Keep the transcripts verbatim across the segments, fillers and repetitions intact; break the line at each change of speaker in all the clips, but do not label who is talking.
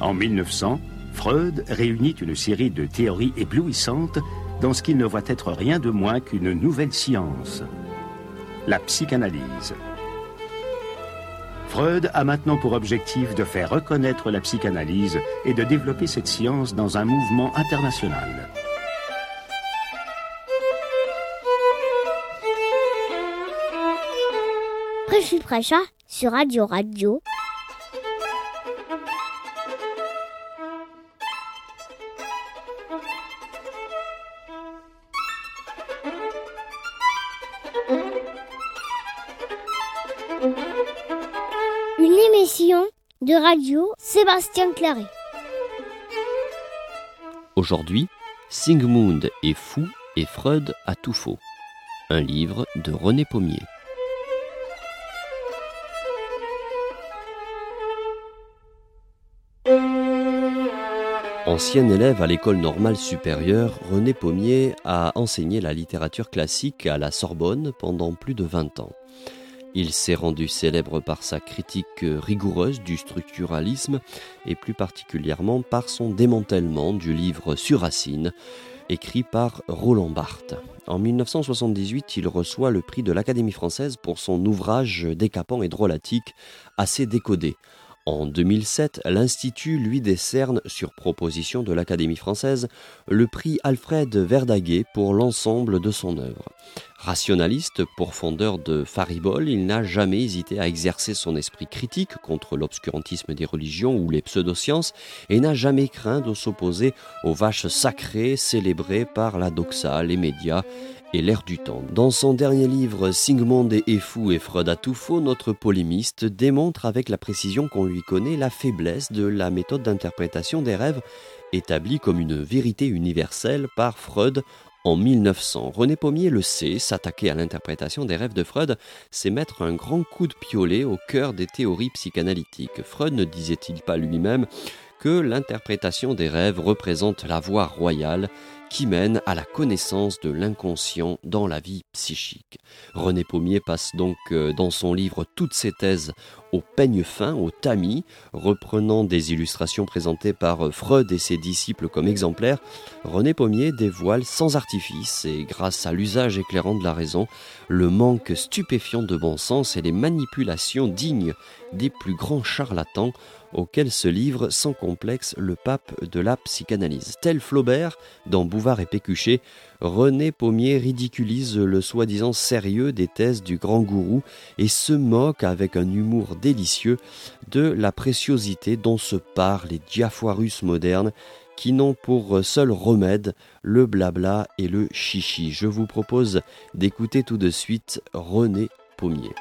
En mille neuf cents, Freud réunit une série de théories éblouissantes dans ce qu'il ne voit être rien de moins qu'une nouvelle science, la psychanalyse. Freud a maintenant pour objectif de faire reconnaître la psychanalyse et de développer cette science dans un mouvement international.
Prêche prêcha sur Radio Radio. Une émission de radio Sébastien Claret.
Aujourd'hui, Sigmund est fou et Freud a tout faux. Un livre de René Pommier. Ancien élève à l'école normale supérieure, René Pommier a enseigné la littérature classique à la Sorbonne pendant plus de vingt ans. Il s'est rendu célèbre par sa critique rigoureuse du structuralisme et plus particulièrement par son démantèlement du livre sur Racine, écrit par Roland Barthes. En mille neuf cent soixante-dix-huit, il reçoit le prix de l'Académie française pour son ouvrage décapant et drôlatique Assez décodé. En deux mille sept, l'Institut lui décerne, sur proposition de l'Académie française, le prix Alfred Verdaguer pour l'ensemble de son œuvre. Rationaliste, pourfendeur de fariboles, il n'a jamais hésité à exercer son esprit critique contre l'obscurantisme des religions ou les pseudosciences et n'a jamais craint de s'opposer aux vaches sacrées célébrées par la doxa, les médias et l'air du temps. Dans son dernier livre « Sigmund est fou et Freud a tout faux », notre polémiste démontre avec la précision qu'on lui connaît la faiblesse de la méthode d'interprétation des rêves établie comme une vérité universelle par Freud en mille neuf cents. René Pommier le sait, s'attaquer à l'interprétation des rêves de Freud, c'est mettre un grand coup de piolet au cœur des théories psychanalytiques. Freud ne disait-il pas lui-même que l'interprétation des rêves représente la voie royale qui mène à la connaissance de l'inconscient dans la vie psychique. René Pommier passe donc dans son livre toutes ses thèses au peigne fin, au tamis, reprenant des illustrations présentées par Freud et ses disciples comme exemplaires. René Pommier dévoile sans artifice et grâce à l'usage éclairant de la raison, le manque stupéfiant de bon sens et les manipulations dignes des plus grands charlatans auquel se livre sans complexe le pape de la psychanalyse. Tel Flaubert, dans Bouvard et Pécuchet, René Pommier ridiculise le soi-disant sérieux des thèses du grand gourou et se moque avec un humour délicieux de la préciosité dont se parent les diafoirus modernes qui n'ont pour seul remède le blabla et le chichi. Je vous propose d'écouter tout de suite René Pommier.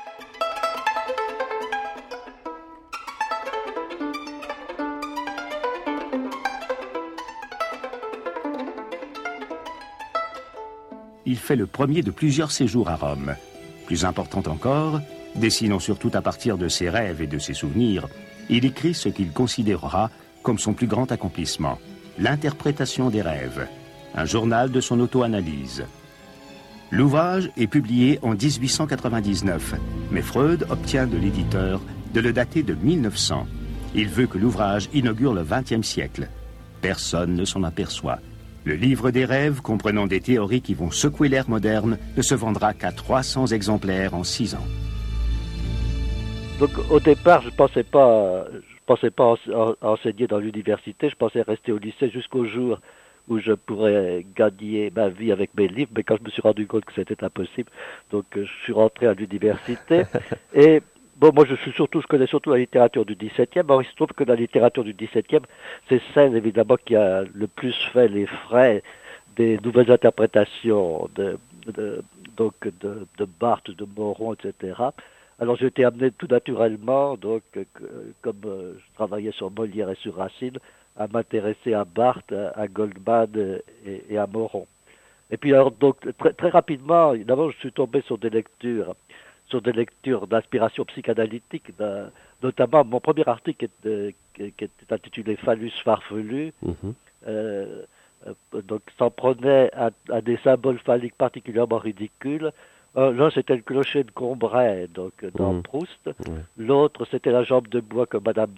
Il fait le premier de plusieurs séjours à Rome. Plus important encore, dessinant surtout à partir de ses rêves et de ses souvenirs, il écrit ce qu'il considérera comme son plus grand accomplissement, l'interprétation des rêves, un journal de son auto-analyse. L'ouvrage est publié en dix-huit cent quatre-vingt-dix-neuf, mais Freud obtient de l'éditeur de le dater de mille neuf cents. Il veut que l'ouvrage inaugure le vingtième siècle. Personne ne s'en aperçoit. Le livre des rêves, comprenant des théories qui vont secouer l'ère moderne, ne se vendra qu'à trois cents exemplaires en six ans.
Donc au départ, je ne pensais pas, je pensais pas enseigner dans l'université, je pensais rester au lycée jusqu'au jour où je pourrais gagner ma vie avec mes livres, mais quand je me suis rendu compte que c'était impossible, donc je suis rentré à l'université. Et bon, moi je suis surtout, je connais surtout la littérature du dix-septième. Alors il se trouve que la littérature du dix-septième, c'est celle évidemment qui a le plus fait les frais des nouvelles interprétations de, de, donc de, de Barthes, de Moron, et cetera. Alors j'ai été amené tout naturellement, donc comme je travaillais sur Molière et sur Racine, à m'intéresser à Barthes, à Goldman et, et à Moron. Et puis alors donc très, très rapidement, d'abord je suis tombé sur des lectures. sur des lectures d'inspiration psychanalytique, notamment mon premier article qui est, qui est intitulé « Phallus farfelu mm-hmm. », euh, donc s'en prenait à, à des symboles phalliques particulièrement ridicules. Euh, l'un c'était le clocher de Combray, donc dans mmh. Proust. Mmh. L'autre c'était la jambe de bois que Madame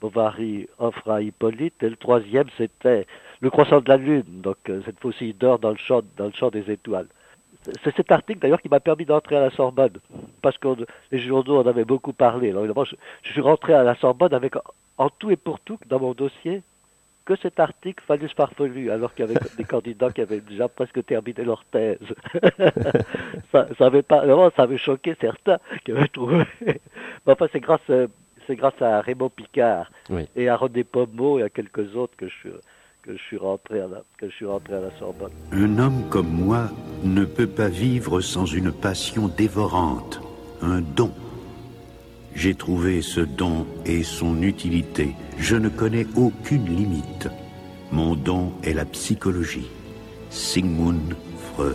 Bovary offre à Hippolyte, et le troisième c'était le croissant de la lune, donc euh, cette fois-ci il dort dans le champ, dans le champ des étoiles. C'est cet article d'ailleurs qui m'a permis d'entrer à la Sorbonne, parce que les journaux en avaient beaucoup parlé. Alors évidemment, je, je suis rentré à la Sorbonne avec en tout et pour tout dans mon dossier que cet article Phallus farfelu, alors qu'il y avait des candidats qui avaient déjà presque terminé leur thèse. ça, ça avait pas, vraiment, ça avait choqué certains qui avaient trouvé. Mais enfin, c'est grâce, c'est grâce à Raymond Picard oui. et à René Pommeau et à quelques autres que je que je suis rentré à la, que je suis rentré à la Sorbonne.
Un homme comme moi ne peut pas vivre sans une passion dévorante, un don. J'ai trouvé ce don et son utilité. Je ne connais aucune limite. Mon don est la psychologie. Sigmund Freud.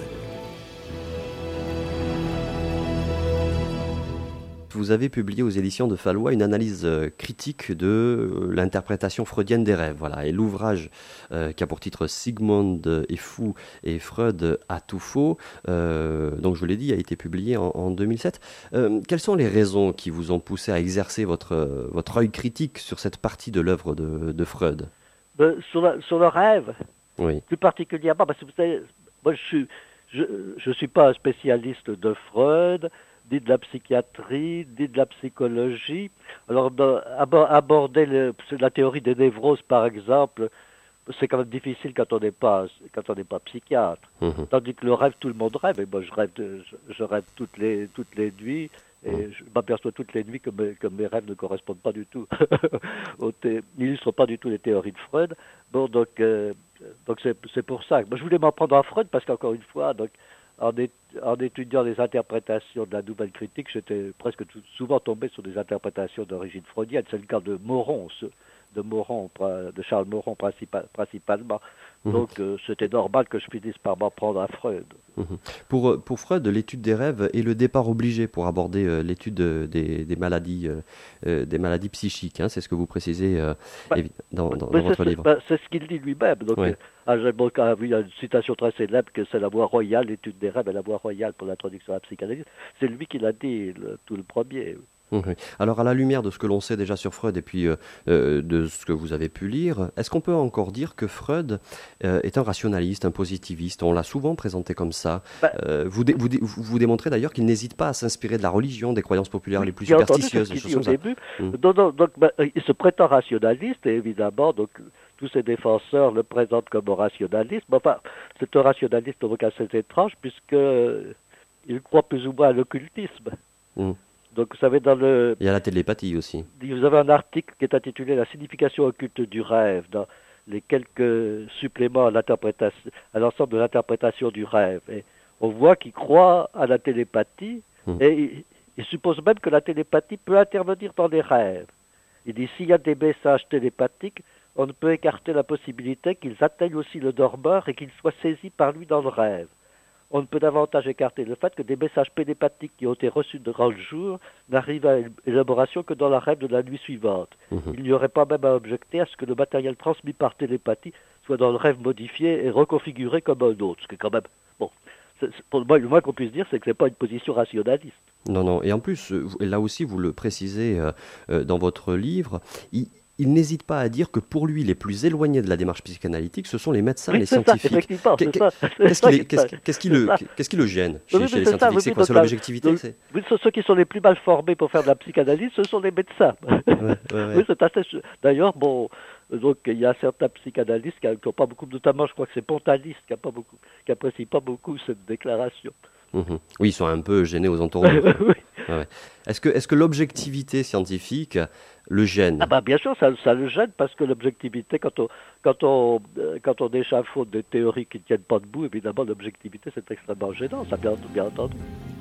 Vous avez publié aux éditions de Fallois une analyse critique de l'interprétation freudienne des rêves. Voilà. Et l'ouvrage euh, qui a pour titre Sigmund est fou et Freud a tout faux, euh, donc je l'ai dit, a été publié en, en deux mille sept. Euh, quelles sont les raisons qui vous ont poussé à exercer votre, votre œil critique sur cette partie de l'œuvre de, de Freud?
ben, sur, la, sur le rêve,
oui.
Plus particulièrement, parce que vous savez, moi je suis, je, je suis pas un spécialiste de Freud, ni de la psychiatrie, ni de la psychologie. Alors, de, aborder le, la théorie des névroses, par exemple, c'est quand même difficile quand on n'est pas, quand on n'est pas psychiatre. Mmh. Tandis que le rêve, tout le monde rêve. Et moi, je rêve, de, je, je rêve toutes les, toutes les nuits. Et mmh. je m'aperçois toutes les nuits que mes, que mes rêves ne correspondent pas du tout. N'illustrent pas du tout les théories de Freud. Bon, donc, euh, donc c'est, c'est pour ça. Moi, je voulais m'en prendre à Freud parce qu'encore une fois, donc, En, é- en étudiant les interprétations de la nouvelle critique, j'étais presque tout, souvent tombé sur des interprétations d'origine freudienne. C'est le cas de Moron, ce, de Moron, de Charles Moron principal, principalement. Mmh. Donc euh, c'était normal que je finisse par m'en prendre à Freud.
Mmh. Pour, pour Freud, l'étude des rêves est le départ obligé pour aborder euh, l'étude des, des, maladies, euh, des maladies psychiques. Hein, c'est ce que vous précisez euh, bah, dans, dans, dans votre
c'est,
livre.
Bah, c'est ce qu'il dit lui-même. Donc,
oui.
euh, bon, il y a une citation très célèbre que c'est la voie royale, l'étude des rêves est la voie royale pour l'introduction à la psychanalyse. C'est lui qui l'a dit, le, tout le premier.
Oui. Alors, à la lumière de ce que l'on sait déjà sur Freud et puis euh, euh, de ce que vous avez pu lire, est-ce qu'on peut encore dire que Freud euh, est un rationaliste, un positiviste? On l'a souvent présenté comme ça. Bah, euh, vous, dé- vous, dé- vous démontrez d'ailleurs qu'il n'hésite pas à s'inspirer de la religion, des croyances populaires oui, les plus superstitieuses.
Entendu, ce qu'il dit au début. Hum. Donc, donc, donc bah, il se prétend rationaliste et évidemment, donc, tous ses défenseurs le présentent comme rationaliste. Mais enfin, c'est un rationaliste donc assez étrange puisqu'il euh, croit plus ou moins à l'occultisme. Hum. Donc, vous savez, dans le...
Il y a la télépathie aussi.
Vous avez un article qui est intitulé « La signification occulte du rêve » dans les quelques suppléments à, l'interprétation, à l'ensemble de l'interprétation du rêve. Et on voit qu'il croit à la télépathie hum. et il, il suppose même que la télépathie peut intervenir dans les rêves. Il dit « S'il y a des messages télépathiques, on ne peut écarter la possibilité qu'ils atteignent aussi le dormeur et qu'ils soient saisis par lui dans le rêve. On ne peut davantage écarter le fait que des messages télépathiques qui ont été reçus durant le jour n'arrivent à élaboration que dans la rêve de la nuit suivante. Mmh. Il n'y aurait pas même à objecter à ce que le matériel transmis par télépathie soit dans le rêve modifié et reconfiguré comme un autre. Ce qui est quand même... Bon, c'est, c'est, pour moi, le moins qu'on puisse dire, c'est que ce n'est pas une position rationaliste.
Non, non. Et en plus, là aussi, vous le précisez euh, dans votre livre, il... Il n'hésite pas à dire que pour lui, les plus éloignés de la démarche psychanalytique, ce sont les médecins,
oui,
les
c'est
scientifiques.
Ça, effectivement, c'est
qu'est,
ça,
qu'est-ce,
ça,
qui, qu'est-ce, qu'est-ce, qui le, qu'est-ce qui le gêne chez,
oui,
chez les
c'est
scientifiques?
ça, oui,
c'est quoi? C'est l'objectivité
donc,
c'est...
Oui, ceux qui sont les plus mal formés pour faire de la psychanalyse, ce sont les médecins. Ouais, ouais, ouais. Oui, c'est assez... D'ailleurs, bon... Donc il y a certains psychanalystes qui n'ont pas beaucoup, notamment je crois que c'est Pontalis qui n'apprécie pas, pas beaucoup cette déclaration.
Mmh. Oui, ils sont un peu gênés aux entournures.
Oui.
Ouais, ouais. Est-ce que, est-ce que l'objectivité scientifique le gêne?
Ah bah bien sûr, ça, ça le gêne parce que l'objectivité, quand on, quand on, quand on échafaude des théories qui ne tiennent pas debout, évidemment l'objectivité c'est extrêmement gênant, ça bien, bien entendu.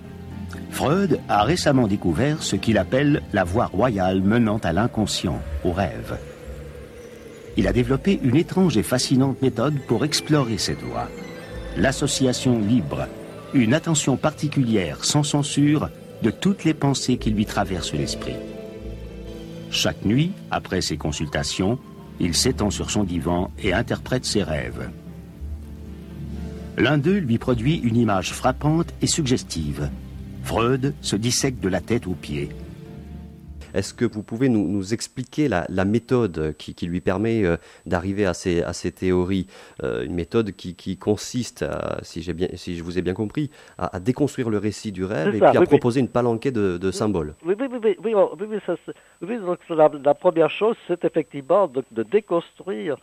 Freud a récemment découvert ce qu'il appelle la voie royale menant à l'inconscient, au rêve. Il a développé une étrange et fascinante méthode pour explorer cette voie. L'association libre, une attention particulière, sans censure, de toutes les pensées qui lui traversent l'esprit. Chaque nuit, après ses consultations, il s'étend sur son divan et interprète ses rêves. L'un d'eux lui produit une image frappante et suggestive. Freud se dissèque de la tête aux pieds.
Est-ce que vous pouvez nous, nous expliquer la, la méthode qui, qui lui permet euh, d'arriver à ces, à ces théories, euh, une méthode qui, qui consiste, à, si, j'ai bien, si je vous ai bien compris, à, à déconstruire le récit du rêve
C'est
et
ça,
puis à
oui,
proposer oui. une palanquée de, de symboles.
Oui, oui, oui, oui, oui, oui, oui, ça, oui donc la, la première chose, c'est effectivement de, de déconstruire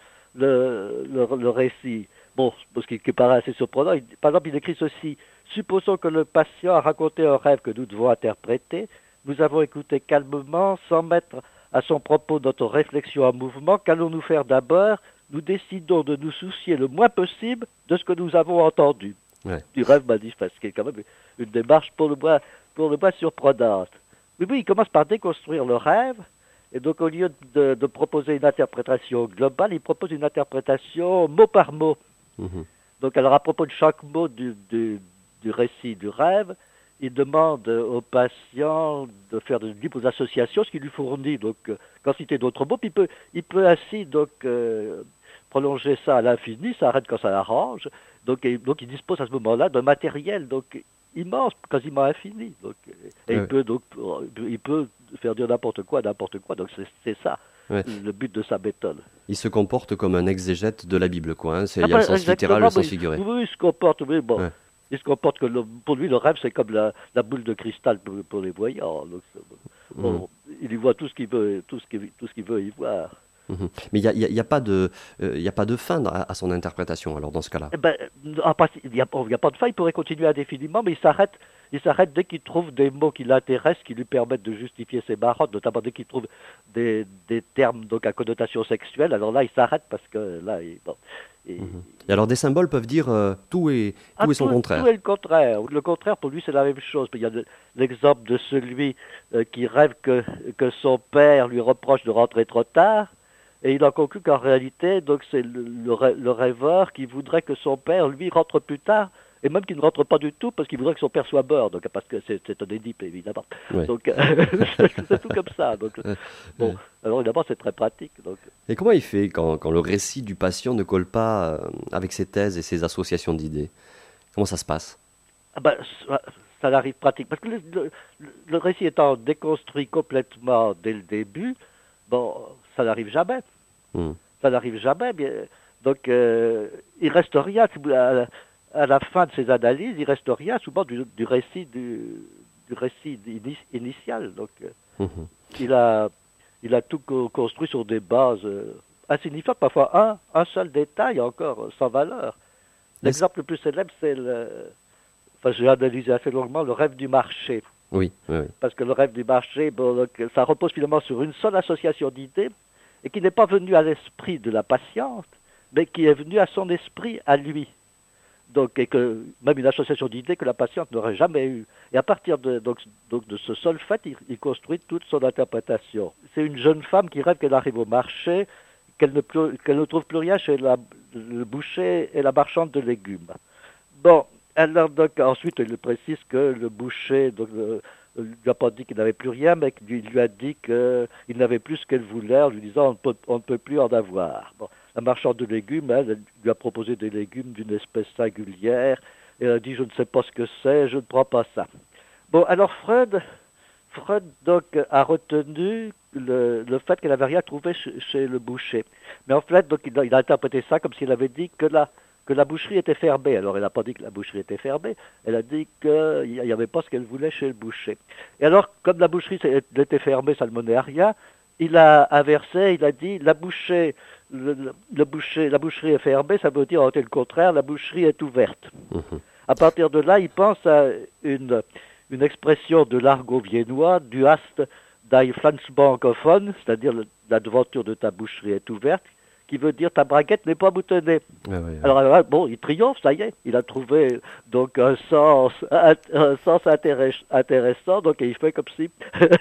le, le, le récit. Bon, ce qui, qui paraît assez surprenant, il, par exemple, il écrit ceci. Supposons que le patient a raconté un rêve que nous devons interpréter. Nous avons écouté calmement, sans mettre à son propos notre réflexion en mouvement. Qu'allons-nous faire d'abord? Nous décidons de nous soucier le moins possible de ce que nous avons entendu. Ouais. Du rêve manifeste, qui est quand même une démarche pour le moins, pour le moins surprenante. Oui, oui, il commence par déconstruire le rêve. Et donc, au lieu de, de proposer une interprétation globale, il propose une interprétation mot par mot. Mmh. Donc, alors, à propos de chaque mot du, du, du récit du rêve, il demande au patient de faire de libres associations, ce qui lui fournit donc euh, quantité d'autres mots. Puis il peut, il peut ainsi donc euh, prolonger ça à l'infini, ça arrête quand ça l'arrange. Donc, et, donc, il dispose à ce moment-là d'un matériel donc immense, quasiment infini. Donc, et ouais. il peut donc, il peut faire dire n'importe quoi, n'importe quoi. Donc, c'est, c'est ça. Ouais. Le but de sa méthode.
Il se comporte comme un exégète de la Bible, quoi. Hein. C'est, ah, il y a le sens littéral, le sens figuré.
Oui, oui, il se comporte, oui, bon. Ouais. Il se comporte que le, pour lui, le rêve, c'est comme la, la boule de cristal pour, pour les voyants. Donc, bon, mmh. Il y voit tout ce qu'il veut, tout ce qu'il, tout ce qu'il veut y voir.
Mmh. Mais il n'y a, a, a, euh, a pas de fin à, à son interprétation, alors, dans ce cas-là.
Eh ben, il n'y a, a pas de fin, il pourrait continuer indéfiniment, mais il s'arrête, il s'arrête dès qu'il trouve des mots qui l'intéressent, qui lui permettent de justifier ses marottes, notamment dès qu'il trouve des, des termes donc, à connotation sexuelle. Alors là, il s'arrête parce que là, il, bon,
et, mmh. et alors, des symboles peuvent dire euh, tout et, tout
ah,
et son
tout,
contraire.
Tout est le contraire. Le contraire, pour lui, c'est la même chose. Il y a de, l'exemple de celui euh, qui rêve que, que son père lui reproche de rentrer trop tard. Et il en conclut qu'en réalité, donc c'est le, le, le rêveur qui voudrait que son père, lui, rentre plus tard, et même qu'il ne rentre pas du tout, parce qu'il voudrait que son père soit mort, donc, parce que c'est, c'est un Édipe, évidemment. Ouais. Donc, c'est, c'est tout comme ça. Donc, bon, alors évidemment, c'est très pratique. Donc.
Et comment il fait quand, quand le récit du patient ne colle pas avec ses thèses et ses associations d'idées? Comment ça se passe?
Ah ben, ça, ça arrive pratique, parce que le, le, le récit étant déconstruit complètement dès le début, bon, ça n'arrive jamais. Mmh. Ça n'arrive jamais. Bien. Donc, euh, il ne reste rien. À, à la fin de ces analyses, il ne reste rien souvent du, du récit, du, du récit initial. Donc, mmh. il, a, il a tout co- construit sur des bases euh, insignifiantes, parfois un, un seul détail encore sans valeur. L'exemple le plus célèbre, c'est le... Enfin, j'ai analysé assez longuement le rêve du marché.
Oui, oui, oui.
Parce que le rêve du marché, bon, donc, ça repose finalement sur une seule association d'idées et qui n'est pas venue à l'esprit de la patiente, mais qui est venue à son esprit, à lui. Donc, et que, même une association d'idées que la patiente n'aurait jamais eue. Et à partir de, donc, donc de ce seul fait, il, il construit toute son interprétation. C'est une jeune femme qui rêve qu'elle arrive au marché, qu'elle ne, plus, qu'elle ne trouve plus rien chez la, le boucher et la marchande de légumes. Bon. Alors, donc, ensuite, il précise que le boucher donc, euh, lui a pas dit qu'il n'avait plus rien, mais qu'il lui a dit qu'il n'avait plus ce qu'elle voulait, en lui disant on, peut, on ne peut plus en avoir. Bon, la marchande de légumes, elle, elle lui a proposé des légumes d'une espèce singulière, et elle a dit je ne sais pas ce que c'est, je ne prends pas ça. Bon, alors Freud, Freud donc, a retenu le, le fait qu'elle n'avait rien trouvé chez, chez le boucher. Mais en fait, donc, il, a, il a interprété ça comme s'il avait dit que la... que la boucherie était fermée. Alors, elle n'a pas dit que la boucherie était fermée, elle a dit qu'il n'y avait pas ce qu'elle voulait chez le boucher. Et alors, comme la boucherie était fermée, ça ne menait à rien, il a inversé, il a dit, la, boucher, le, le, le boucher, la boucherie est fermée, ça veut dire, en fait, le contraire, la boucherie est ouverte. Mmh. À partir de là, il pense à une, une expression de l'argot viennois, du hast die Pflanzbankophone, c'est-à-dire la devanture de ta boucherie est ouverte, qui veut dire ta braguette n'est pas boutonnée. Ah oui, oui. Alors, alors bon, il triomphe, ça y est, il a trouvé donc un sens, un, un sens intéress- intéressant, donc il fait comme si.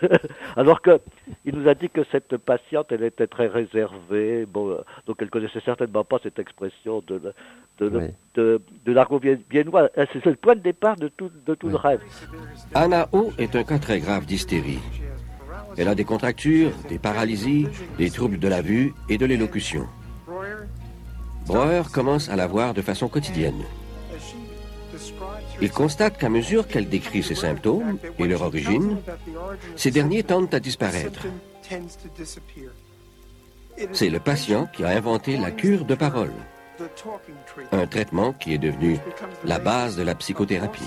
Alors que il nous a dit que cette patiente, elle était très réservée, bon, donc elle connaissait certainement pas cette expression de, de, de, oui. de, de, de l'argot viennois. C'est, c'est le point de départ de tout, de tout oui. le rêve.
Anna O est un cas très grave d'hystérie. Elle a des contractures, des paralysies, des troubles de la vue et de l'élocution. Breuer commence à la voir de façon quotidienne. Il constate qu'à mesure qu'elle décrit ses symptômes et leur origine, ces derniers tendent à disparaître. C'est le patient qui a inventé la cure de parole, un traitement qui est devenu la base de la psychothérapie.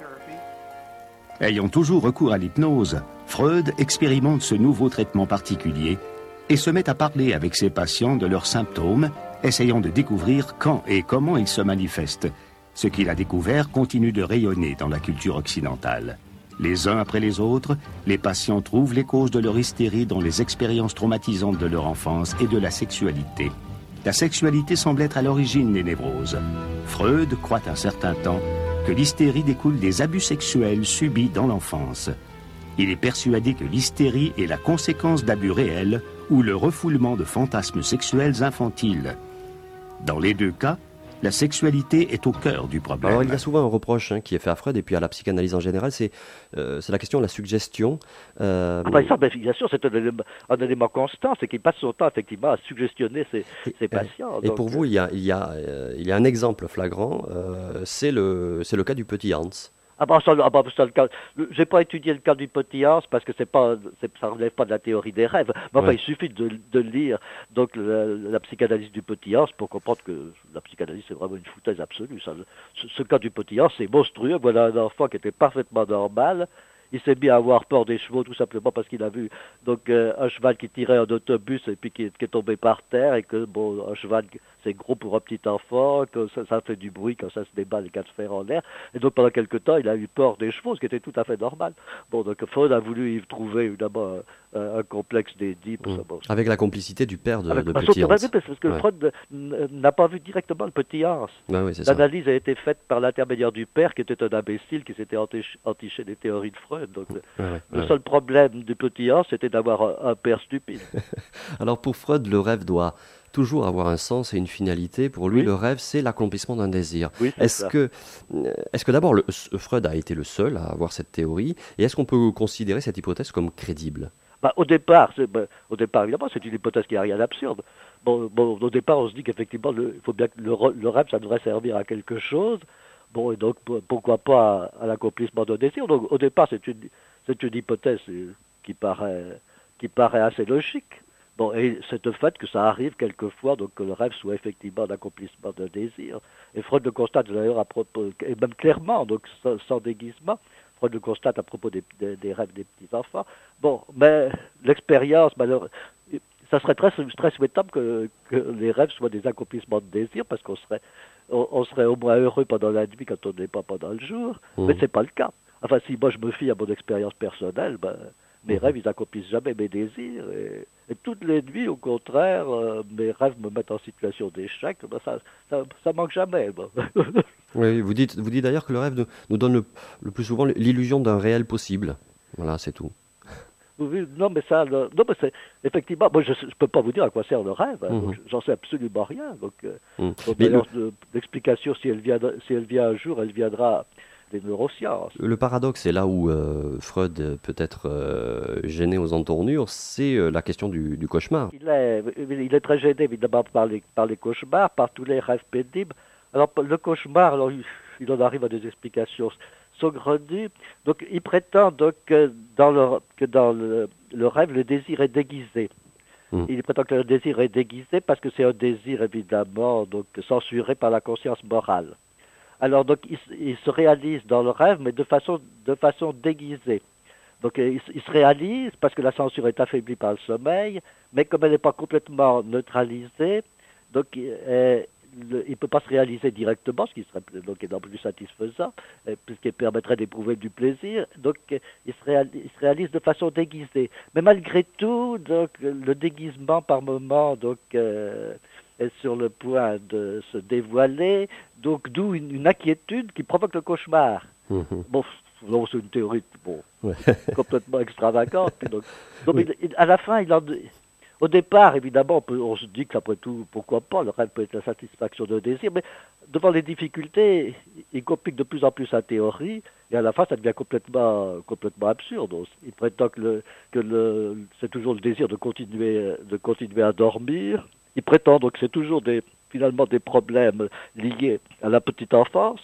Ayant toujours recours à l'hypnose, Freud expérimente ce nouveau traitement particulier et se met à parler avec ses patients de leurs symptômes, essayant de découvrir quand et comment ils se manifestent. Ce qu'il a découvert continue de rayonner dans la culture occidentale. Les uns après les autres, les patients trouvent les causes de leur hystérie dans les expériences traumatisantes de leur enfance et de la sexualité. La sexualité semble être à l'origine des névroses. Freud croit un certain temps que l'hystérie découle des abus sexuels subis dans l'enfance. Il est persuadé que l'hystérie est la conséquence d'abus réels ou le refoulement de fantasmes sexuels infantiles. Dans les deux cas, la sexualité est au cœur du problème.
Alors il y a souvent un reproche hein, qui est fait à Freud et puis à la psychanalyse en général, c'est euh, c'est la question de la suggestion.
Euh... Ah ben ça, ben, bien sûr, c'est un élément, un élément constant, c'est qu'il passe son temps effectivement à suggestionner ses, et, ses patients.
Et
donc...
pour vous, il y a, il y a, euh, il y a un exemple flagrant, euh, c'est le, c'est le cas du petit Hans.
Ah ben, ça, ah ben, ça, le cas, j'ai pas étudié le cas du petit Hans parce que c'est pas, c'est, ça relève pas de la théorie des rêves. Mais enfin, ouais. il suffit de, de lire donc la, la psychanalyse du petit Hans pour comprendre que la psychanalyse c'est vraiment une foutaise absolue. Ça. Ce, ce cas du petit Hans, c'est monstrueux. Voilà un enfant qui était parfaitement normal. Il s'est mis à avoir peur des chevaux tout simplement parce qu'il a vu donc euh, un cheval qui tirait un autobus et puis qui, qui est tombé par terre et que bon un cheval c'est gros pour un petit enfant, que ça, ça fait du bruit quand ça se débat les quatre fers en l'air et donc pendant quelque temps il a eu peur des chevaux, ce qui était tout à fait normal. Bon donc Freud a voulu y trouver évidemment un, un complexe d'Édipe.
Mmh.
Bon,
avec la complicité du père de,
avec,
de
parce
petit Hans.
Parce que ouais. Freud n'a pas vu directement le petit Hans.
Ouais, oui,
L'analyse a été faite par l'intermédiaire du père qui était un imbécile qui s'était entiché des théories de Freud. Donc, ouais, le, ouais, le ouais. seul problème du petit Hans, c'était d'avoir un, un père stupide.
Alors pour Freud, le rêve doit toujours avoir un sens et une finalité. Pour lui, oui. le rêve, c'est l'accomplissement d'un désir.
Oui,
est-ce, que, est-ce que d'abord, le, Freud a été le seul à avoir cette théorie et est-ce qu'on peut considérer cette hypothèse comme crédible ?
Bah, au départ, c'est, bah, au départ, évidemment, c'est une hypothèse qui n'a rien d'absurde. Bon, bon, au départ, on se dit qu'effectivement, il faut bien que le, le rêve, ça devrait servir à quelque chose. Bon, et donc, pourquoi pas à, à l'accomplissement d'un désir. Donc, au départ, c'est une, c'est une hypothèse qui paraît, qui paraît assez logique. Bon, et c'est le fait que ça arrive quelquefois, donc que le rêve soit effectivement l'accomplissement d'un désir. Et Freud le constate d'ailleurs à propos, et même clairement, donc sans, sans déguisement, Freud le constate à propos des, des, des rêves des petits-enfants. Bon, mais l'expérience, malheureusement, ça serait très, très souhaitable que, que les rêves soient des accomplissements de désir, parce qu'on serait, on, on serait au moins heureux pendant la nuit quand on n'est pas pendant le jour, mmh. mais c'est pas le cas. Enfin, si moi je me fie à mon expérience personnelle, ben, mes mmh. rêves, ils accomplissent jamais mes désirs, et, et toutes les nuits, au contraire, euh, mes rêves me mettent en situation d'échec, ben, ça, ça, ça manque jamais. Ben.
Oui, vous dites, vous dites d'ailleurs que le rêve nous, nous donne le, le plus souvent l'illusion d'un réel possible. Voilà, c'est tout.
Oui, non, mais ça, le, non, mais c'est effectivement, moi, je ne peux pas vous dire à quoi sert le rêve. Hein, mmh. donc, j'en sais absolument rien. Donc, mmh. donc d'ailleurs, le... l'explication, si elle vient, si elle vient un jour, elle viendra des neurosciences.
Le paradoxe, c'est là où euh, Freud peut être euh, gêné aux entournures, c'est euh, la question du, du cauchemar.
Il est, il est très gêné évidemment par les, par les cauchemars, par tous les rêves pénibles. Alors, le cauchemar, alors, il en arrive à des explications saugrenues. Donc, il prétend donc, que dans, le, que dans le, le rêve, le désir est déguisé. Mmh. Il prétend que le désir est déguisé parce que c'est un désir, évidemment, donc, censuré par la conscience morale. Alors, donc, il, il se réalise dans le rêve, mais de façon, de façon déguisée. Donc, il, il se réalise parce que la censure est affaiblie par le sommeil, mais comme elle n'est pas complètement neutralisée, donc, euh, Le, il ne peut pas se réaliser directement, ce qui serait donc énormément plus satisfaisant, euh, puisqu'il permettrait d'éprouver du plaisir. Donc, euh, il, se réalise, il se réalise de façon déguisée. Mais malgré tout, donc, le déguisement par moment donc, euh, est sur le point de se dévoiler, donc d'où une, une inquiétude qui provoque le cauchemar. Mmh. Bon, non, c'est une théorie bon, ouais. complètement extravagante. Puis donc, donc oui. il, il, à la fin, il en... Au départ, évidemment, on, peut, on se dit qu'après tout, pourquoi pas, le rêve peut être la satisfaction d'un désir, mais devant les difficultés, il complique de plus en plus sa théorie, et à la fin, ça devient complètement, complètement absurde. Il prétend que, le, que le, c'est toujours le désir de continuer, de continuer à dormir. Il prétend donc que c'est toujours des, finalement des problèmes liés à la petite enfance,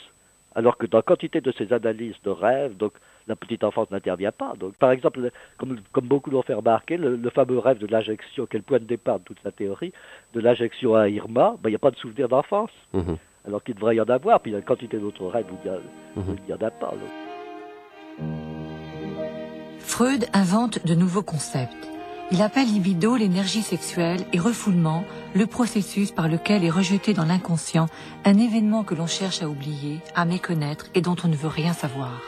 Alors que dans quantité de ces analyses de rêves, donc la petite enfance n'intervient pas. Donc, par exemple, comme, comme beaucoup l'ont fait remarquer, le, le fameux rêve de l'injection, qui est le point de départ de toute sa théorie, de l'injection à Irma, ben, il n'y a pas de souvenir d'enfance. Mmh. Alors qu'il devrait y en avoir, puis il y a une quantité d'autres rêves où il n'y mmh. en a pas. Donc.
Freud invente de nouveaux concepts. Il appelle libido l'énergie sexuelle et refoulement le processus par lequel est rejeté dans l'inconscient un événement que l'on cherche à oublier, à méconnaître et dont on ne veut rien savoir.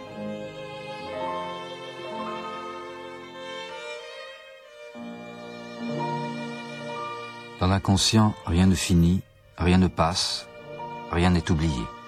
Dans l'inconscient, rien ne finit, rien ne passe, rien n'est oublié.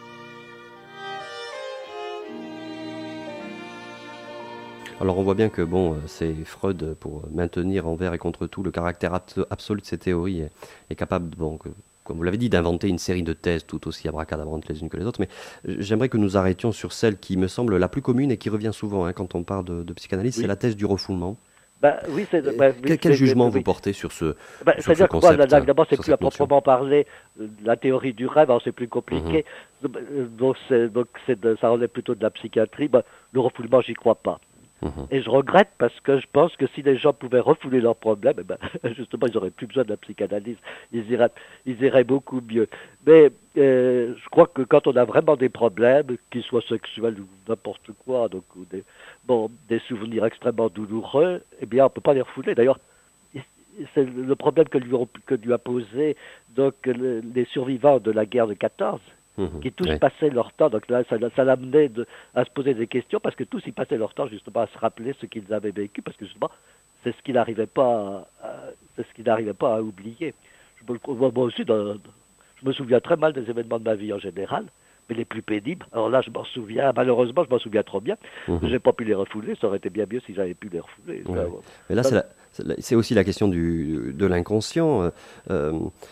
Alors on voit bien que bon, c'est Freud, pour maintenir envers et contre tout le caractère absolu de ces théories, est, est capable, bon, que, comme vous l'avez dit, d'inventer une série de thèses tout aussi abracadabrantes les unes que les autres. Mais j'aimerais que nous arrêtions sur celle qui me semble la plus commune et qui revient souvent hein, quand on parle de, de psychanalyse, oui. C'est la thèse du refoulement.
Bah, oui, c'est, bah,
quel,
oui,
quel
c'est,
jugement
oui.
vous portez sur ce,
bah,
sur ce concept?
C'est-à-dire que d'abord, c'est plus à proprement parler la théorie du rêve, alors c'est plus compliqué. Mm-hmm. Donc, c'est, donc c'est de, ça relève plutôt de la psychiatrie. Bah, le refoulement, j'y crois pas. Mmh. Et je regrette parce que je pense que si les gens pouvaient refouler leurs problèmes, eh ben, justement, ils n'auraient plus besoin de la psychanalyse. Ils iraient, ils iraient beaucoup mieux. Mais euh, je crois que quand on a vraiment des problèmes, qu'ils soient sexuels ou n'importe quoi, donc ou des, bon, des souvenirs extrêmement douloureux, eh bien, on ne peut pas les refouler. D'ailleurs, c'est le problème que lui, ont, que lui a posé donc, le, les survivants de la guerre de quatorze. Mmh, qui tous oui. passaient leur temps, donc là, ça, ça l'amenait de, à se poser des questions, parce que tous ils passaient leur temps justement à se rappeler ce qu'ils avaient vécu, parce que justement, c'est ce qu'il n'arrivait pas, à, c'est ce qu'il n'arrivait pas à oublier. Je me, moi aussi, dans, je me souviens très mal des événements de ma vie en général, mais les plus pénibles. Alors là, je m'en souviens, malheureusement, je m'en souviens trop bien. Mmh. Je n'ai pas pu les refouler, ça aurait été bien mieux si j'avais pu les refouler.
Ouais.
Ça,
mais là, ça, c'est, la, c'est, la, c'est aussi la question du, de l'inconscient. Euh,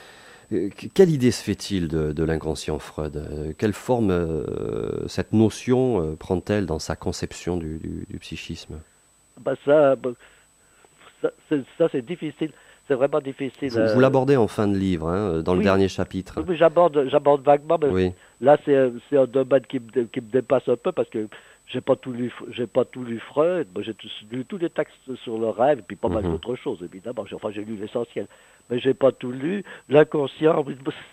Quelle idée se fait-il de, de l'inconscient, Freud? Quelle forme euh, cette notion euh, prend-elle dans sa conception du, du, du psychisme?
bah ça, bah, ça, c'est, ça, c'est difficile. C'est vraiment difficile.
Vous, euh... vous l'abordez en fin de livre, hein, dans oui. le dernier chapitre.
Oui, j'aborde, j'aborde vaguement, mais oui. là, c'est, c'est un domaine qui me, qui me dépasse un peu parce que j'ai pas tout lu, j'ai pas tout lu Freud. Moi, j'ai tout, lu tous les textes sur le rêve et puis pas mm-hmm. mal d'autres choses, évidemment. J'ai, enfin, j'ai lu l'essentiel. Mais j'ai pas tout lu. L'inconscient,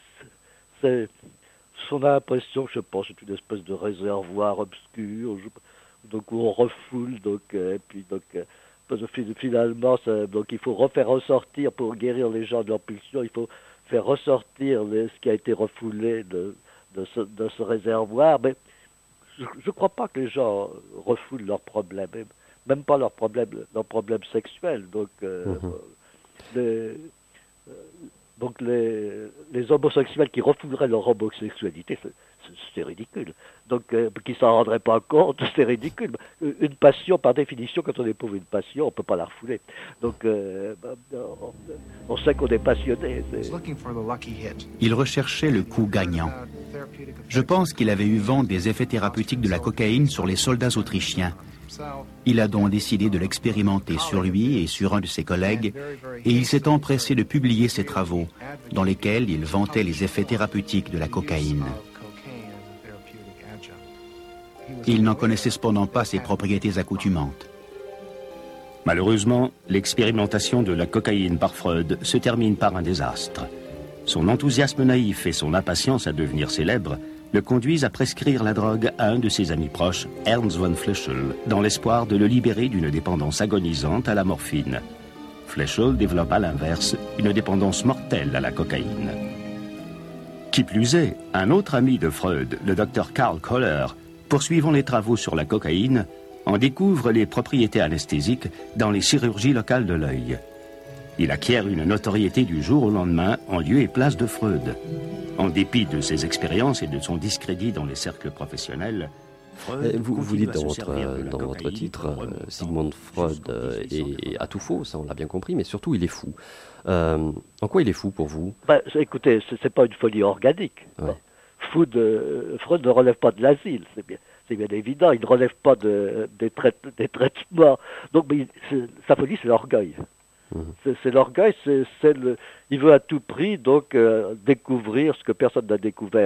c'est son impression, je pense, c'est une espèce de réservoir obscur, donc où on refoule, donc et puis donc parce que finalement, ça, donc il faut refaire ressortir pour guérir les gens de leur pulsion, il faut faire ressortir les, ce qui a été refoulé de, de, ce, de ce réservoir. Mais je ne crois pas que les gens refoulent leurs problèmes, même, même pas leurs problèmes, leurs problèmes sexuels. Donc euh, mm-hmm. les Donc les, les homosexuels qui refouleraient leur homosexualité, c'est, c'est, c'est ridicule. Donc euh, qui s'en rendraient pas compte, c'est ridicule. Une passion, par définition, quand on éprouve une passion, on peut pas la refouler. Donc euh, on, on sait qu'on est passionné. C'est...
Il recherchait le coup gagnant. Je pense qu'il avait eu vent des effets thérapeutiques de la cocaïne sur les soldats autrichiens. Il a donc décidé de l'expérimenter sur lui et sur un de ses collègues, et il s'est empressé de publier ses travaux, dans lesquels il vantait les effets thérapeutiques de la cocaïne. Il n'en connaissait cependant pas ses propriétés accoutumantes.
Malheureusement, l'expérimentation de la cocaïne par Freud se termine par un désastre. Son enthousiasme naïf et son impatience à devenir célèbre le conduisent à prescrire la drogue à un de ses amis proches, Ernst von Fleschl, dans l'espoir de le libérer d'une dépendance agonisante à la morphine. Fleschl développe à l'inverse une dépendance mortelle à la cocaïne. Qui plus est, un autre ami de Freud, le docteur Karl Koller, poursuivant les travaux sur la cocaïne, en découvre les propriétés anesthésiques dans les chirurgies locales de l'œil. Il acquiert une notoriété du jour au lendemain en lieu et place de Freud. En dépit de ses expériences et de son discrédit dans les cercles professionnels, Freud
vous, vous dites dans votre, dans votre titre, euh, Sigmund Freud euh, est à tout faux, ça on l'a bien compris, mais surtout il est fou. Euh, en quoi il est fou pour vous?
bah, Écoutez, c'est, c'est pas une folie organique. Ouais. Freud, euh, Freud ne relève pas de l'asile, c'est bien, c'est bien évident, il ne relève pas de, des, trai- des traitements. Donc mais il, sa folie, c'est l'orgueil. C'est, c'est l'orgueil, c'est, c'est le, il veut à tout prix donc euh, découvrir ce que personne n'a découvert.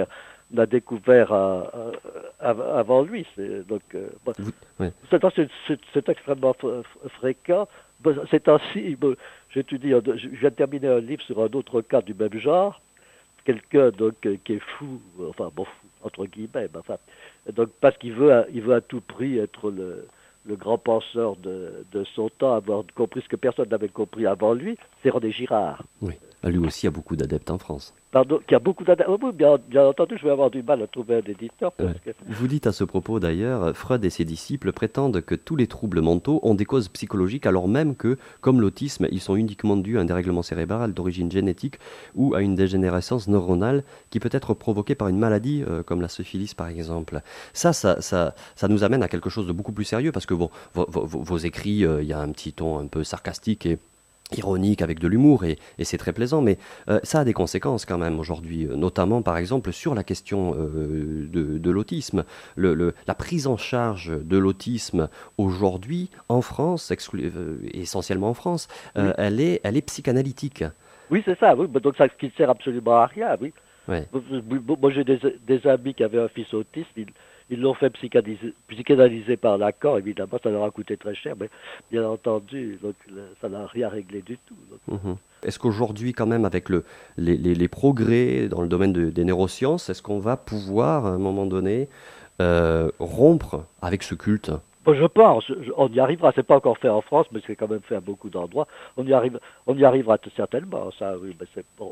on a découvert à, à, à, avant lui. C'est, donc, euh, bon,
ouais.
c'est, c'est, c'est, c'est extrêmement f- f- fréquent. Bon, ces temps-ci, bon, j'étudie, je viens de terminer un livre sur un autre cas du même genre. Quelqu'un donc qui est fou, enfin bon, fou, entre guillemets, ben, enfin, donc parce qu'il veut, il veut à tout prix être le, le grand penseur de, de son temps, avoir compris ce que personne n'avait compris avant lui, c'est René Girard.
Oui, lui aussi a beaucoup d'adeptes en France.
Pardon, qui a beaucoup d'adeptes. Oh, bien, bien entendu, je vais avoir du mal à trouver un éditeur. Parce
ouais.
que...
Vous dites à ce propos d'ailleurs, Freud et ses disciples prétendent que tous les troubles mentaux ont des causes psychologiques, alors même que, comme l'autisme, ils sont uniquement dus à un dérèglement cérébral d'origine génétique ou à une dégénérescence neuronale qui peut être provoquée par une maladie euh, comme la syphilis par exemple. Ça, ça, ça, ça nous amène à quelque chose de beaucoup plus sérieux parce que bon, vos, vos, vos écrits, il euh, y a un petit ton un peu sarcastique et ironique avec de l'humour et, et c'est très plaisant, mais euh, ça a des conséquences quand même aujourd'hui, notamment par exemple sur la question euh, de, de l'autisme. Le, le, la prise en charge de l'autisme aujourd'hui en France, exclu- euh, essentiellement en France, euh, oui. elle, est, elle est psychanalytique.
Oui, c'est ça, oui. Donc ça qui ne sert absolument à rien, oui.
Ouais.
Moi j'ai des, des amis qui avaient un fils autiste, ils, ils l'ont fait psychanalyser, psychanalyser par Lacan, évidemment, ça leur a coûté très cher, mais bien entendu, donc, ça n'a rien réglé du tout. Donc.
Mmh. Est-ce qu'aujourd'hui, quand même, avec le, les, les, les progrès dans le domaine de, des neurosciences, est-ce qu'on va pouvoir, à un moment donné, euh, rompre avec ce culte ?
Bon, je pense, on y arrivera, c'est pas encore fait en France, mais c'est quand même fait à beaucoup d'endroits, on y, arrive, on y arrivera certainement, ça, oui, mais c'est bon.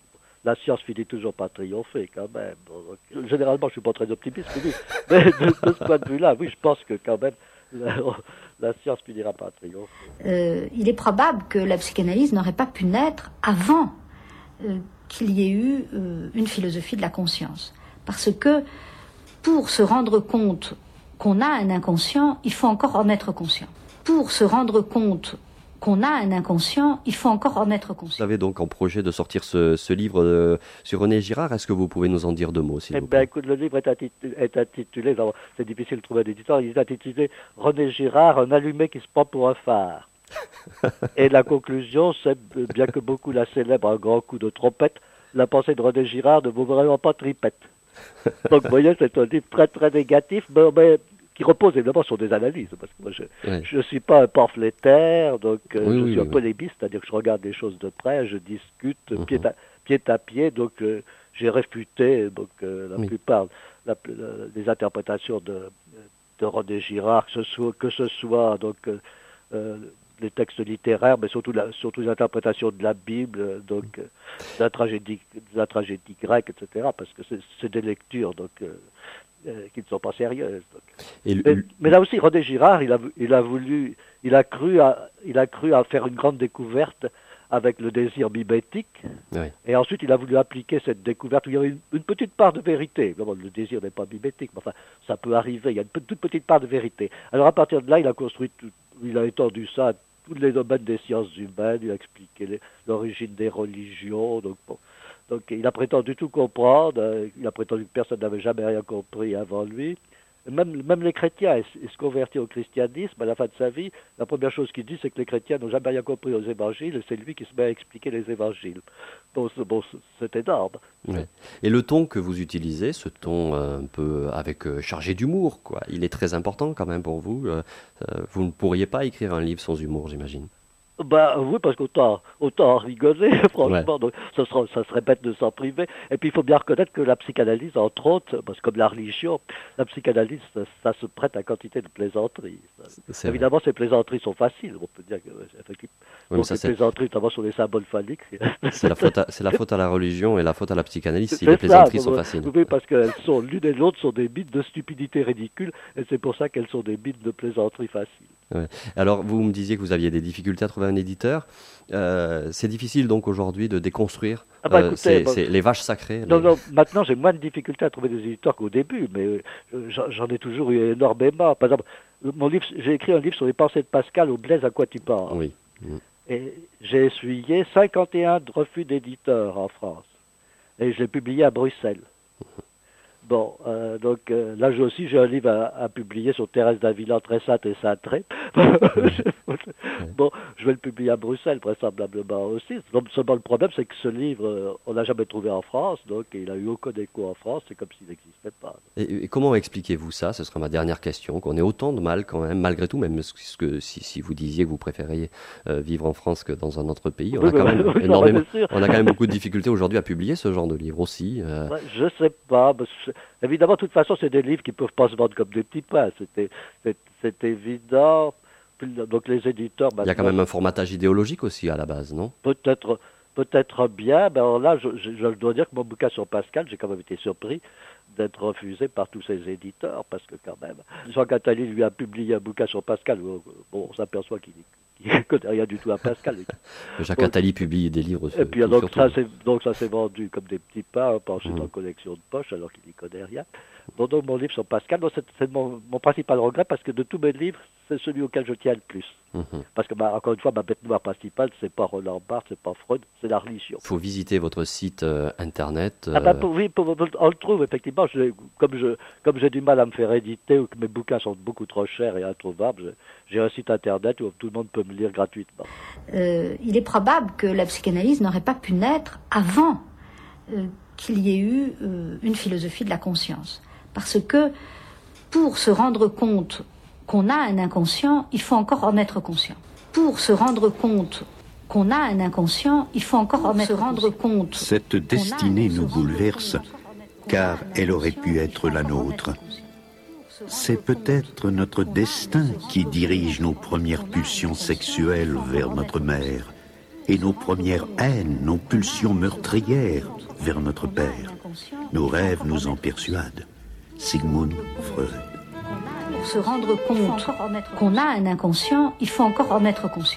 La science finit toujours par triompher quand même. Donc, généralement, je suis pas très optimiste, mais, mais de, de ce point de vue-là, oui, je pense que quand même la, la science finira par triompher.
Euh, il est probable que la psychanalyse n'aurait pas pu naître avant euh, qu'il y ait eu euh, une philosophie de la conscience, parce que pour se rendre compte qu'on a un inconscient, il faut encore en être conscient. Pour se rendre compte qu'on a un inconscient, il faut encore en être conscient.
Vous avez donc en projet de sortir ce, ce livre de, sur René Girard. Est-ce que vous pouvez nous en dire deux mots, s'il
eh
vous plaît ?
Ben, écoute, le livre est intitulé, est intitulé non, c'est difficile de trouver un éditeur, il est intitulé René Girard, un allumé qui se prend pour un phare. Et la conclusion, c'est, bien que beaucoup la célèbrent à un grand coup de trompette, la pensée de René Girard ne vaut vraiment pas tripette. Donc, vous voyez, c'est un livre très très négatif, mais, mais qui repose évidemment sur des analyses, parce que moi je ne suis pas un pamphlétaire, donc euh, oui, je oui, suis oui, un polémiste, c'est-à-dire que je regarde les choses de près, je discute uh-huh. pied, à, pied à pied, donc euh, j'ai réfuté donc, euh, la oui. plupart la, la, des interprétations de, de René Girard, que ce soit, que ce soit donc, euh, les textes littéraires, mais surtout, la, surtout les interprétations de la Bible, donc, euh, de, la tragédie, de la tragédie grecque, et cetera, parce que c'est, c'est des lectures, donc... Euh, Euh, qui ne sont pas sérieuses.
Et le,
mais, mais là aussi, René Girard, il a, il a voulu, il a cru à, il a cru à faire une grande découverte avec le désir mimétique,
oui.
Et ensuite il a voulu appliquer cette découverte où il y avait une, une petite part de vérité. Bon, le désir n'est pas mimétique, mais enfin, ça peut arriver, il y a une toute petite part de vérité. Alors à partir de là, il a construit, tout, il a étendu ça à tous les domaines des sciences humaines, il a expliqué les, l'origine des religions, donc bon. Donc il a prétendu tout comprendre, euh, il a prétendu que personne n'avait jamais rien compris avant lui. Même, même les chrétiens, ils se convertit au christianisme à la fin de sa vie. La première chose qu'il dit, c'est que les chrétiens n'ont jamais rien compris aux évangiles, et c'est lui qui se met à expliquer les évangiles. Bon, c'est, bon, c'est énorme.
Ouais. Et le ton que vous utilisez, ce ton euh, un peu avec euh, chargé d'humour, quoi, il est très important quand même pour vous. Euh, vous ne pourriez pas écrire un livre sans humour, j'imagine.
Ben oui, parce qu'autant autant rigoler, franchement, ouais. Donc ça serait, ça serait bête de s'en priver. Et puis il faut bien reconnaître que la psychanalyse, entre autres, parce que comme la religion, la psychanalyse, ça, ça se prête à quantité de plaisanteries. C'est Évidemment, vrai. Ces plaisanteries sont faciles, on peut dire que effectivement. Oui, donc ça, les c'est... plaisanteries, notamment sur les symboles phalliques.
C'est la faute à, c'est la faute à la religion et la faute à la psychanalyse si c'est les plaisanteries ça, sont faciles.
Oui, parce qu'elles sont l'une et l'autre sont des mythes de stupidité ridicule, et c'est pour ça qu'elles sont des mythes de plaisanteries faciles.
Ouais. Alors, vous me disiez que vous aviez des difficultés à trouver un éditeur. Euh, c'est difficile donc aujourd'hui de déconstruire ah bah, écoutez, euh, c'est, bah, c'est les vaches sacrées.
Non,
les...
non, maintenant j'ai moins de difficultés à trouver des éditeurs qu'au début, mais euh, j'en, j'en ai toujours eu énormément. Par exemple, mon livre, j'ai écrit un livre sur les pensées de Pascal au Blaise à quoi tu parles.
Oui. Mmh.
Et j'ai essuyé cinquante et un refus d'éditeurs en France. Et je l'ai publié à Bruxelles. Mmh. Bon, euh, donc euh, là j'ai aussi j'ai un livre à, à publier sur Thérèse d'Avila, très sainte et cintrée. Bon, je vais le publier à Bruxelles vraisemblablement aussi. Donc, seulement le problème c'est que ce livre, euh, on n'a jamais trouvé en France, donc il n'a eu aucun écho en France, c'est comme s'il n'existait pas.
Et, et comment expliquez-vous ça? Ce sera ma dernière question, qu'on ait autant de mal quand même, malgré tout, même ce que, si, si vous disiez que vous préfériez euh, vivre en France que dans un autre pays, on,
oui,
a, quand
oui,
même
oui,
énormément,
non,
on a quand même beaucoup de difficultés aujourd'hui à publier ce genre de livre aussi. Euh...
Ouais, je sais pas. Évidemment, de toute façon, c'est des livres qui ne peuvent pas se vendre comme des petits pains. C'était, c'est, c'est évident. Donc les éditeurs...
Il y a quand même un formatage idéologique aussi à la base, non?
Peut-être, peut-être bien. Mais alors là, je, je, je dois dire que mon bouquin sur Pascal, j'ai quand même été surpris d'être refusé par tous ces éditeurs, parce que quand même, Jean Catali lui a publié un bouquin sur Pascal, où, bon, on s'aperçoit qu'il ne connaît rien du tout à Pascal.
Jacques Attali publie des livres sur,
et puis donc ça, c'est, donc ça s'est vendu comme des petits pains, pensés mmh. en collection de poche, alors qu'il n'y connaît rien. Bon, donc mon livre sur Pascal, donc c'est, c'est mon, mon principal regret, parce que de tous mes livres, c'est celui auquel je tiens le plus. Mmh. Parce que, bah, encore une fois, ma bête noire principale, c'est pas Roland Barthes, c'est pas Freud, c'est la religion.
Il faut visiter votre site euh, internet. Euh...
Ah bah, pour, oui, pour, on le trouve, effectivement. Je, comme, je, comme j'ai du mal à me faire éditer, ou que mes bouquins sont beaucoup trop chers et introuvables, j'ai un site internet où tout le monde peut me lire gratuitement.
Euh, il est probable que la psychanalyse n'aurait pas pu naître avant euh, qu'il y ait eu euh, une philosophie de la conscience. Parce que pour se rendre compte qu'on a un inconscient, il faut encore en être conscient. Pour se rendre compte qu'on a un inconscient, il faut encore en se rendre compte.
Cette destinée nous bouleverse, car elle aurait pu être la nôtre. C'est peut-être notre destin qui dirige nos premières pulsions sexuelles vers notre mère, et nos premières haines, nos pulsions meurtrières vers notre père. Nos rêves nous en persuadent. Sigmund Freud.
Pour se rendre compte qu'on a un inconscient, il faut encore en être conscient.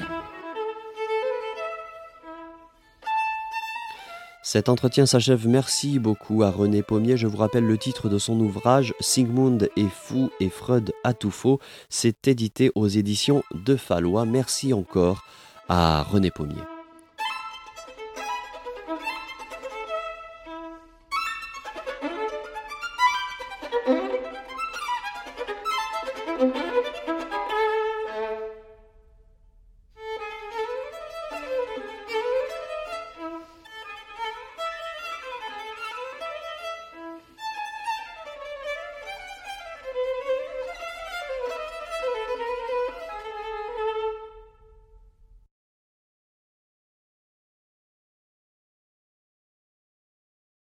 Cet entretien s'achève. Merci beaucoup à René Pommier. Je vous rappelle le titre de son ouvrage « Sigmund est fou et Freud a tout faux ». C'est édité aux éditions de Fallois. Merci encore à René Pommier.
Thank you.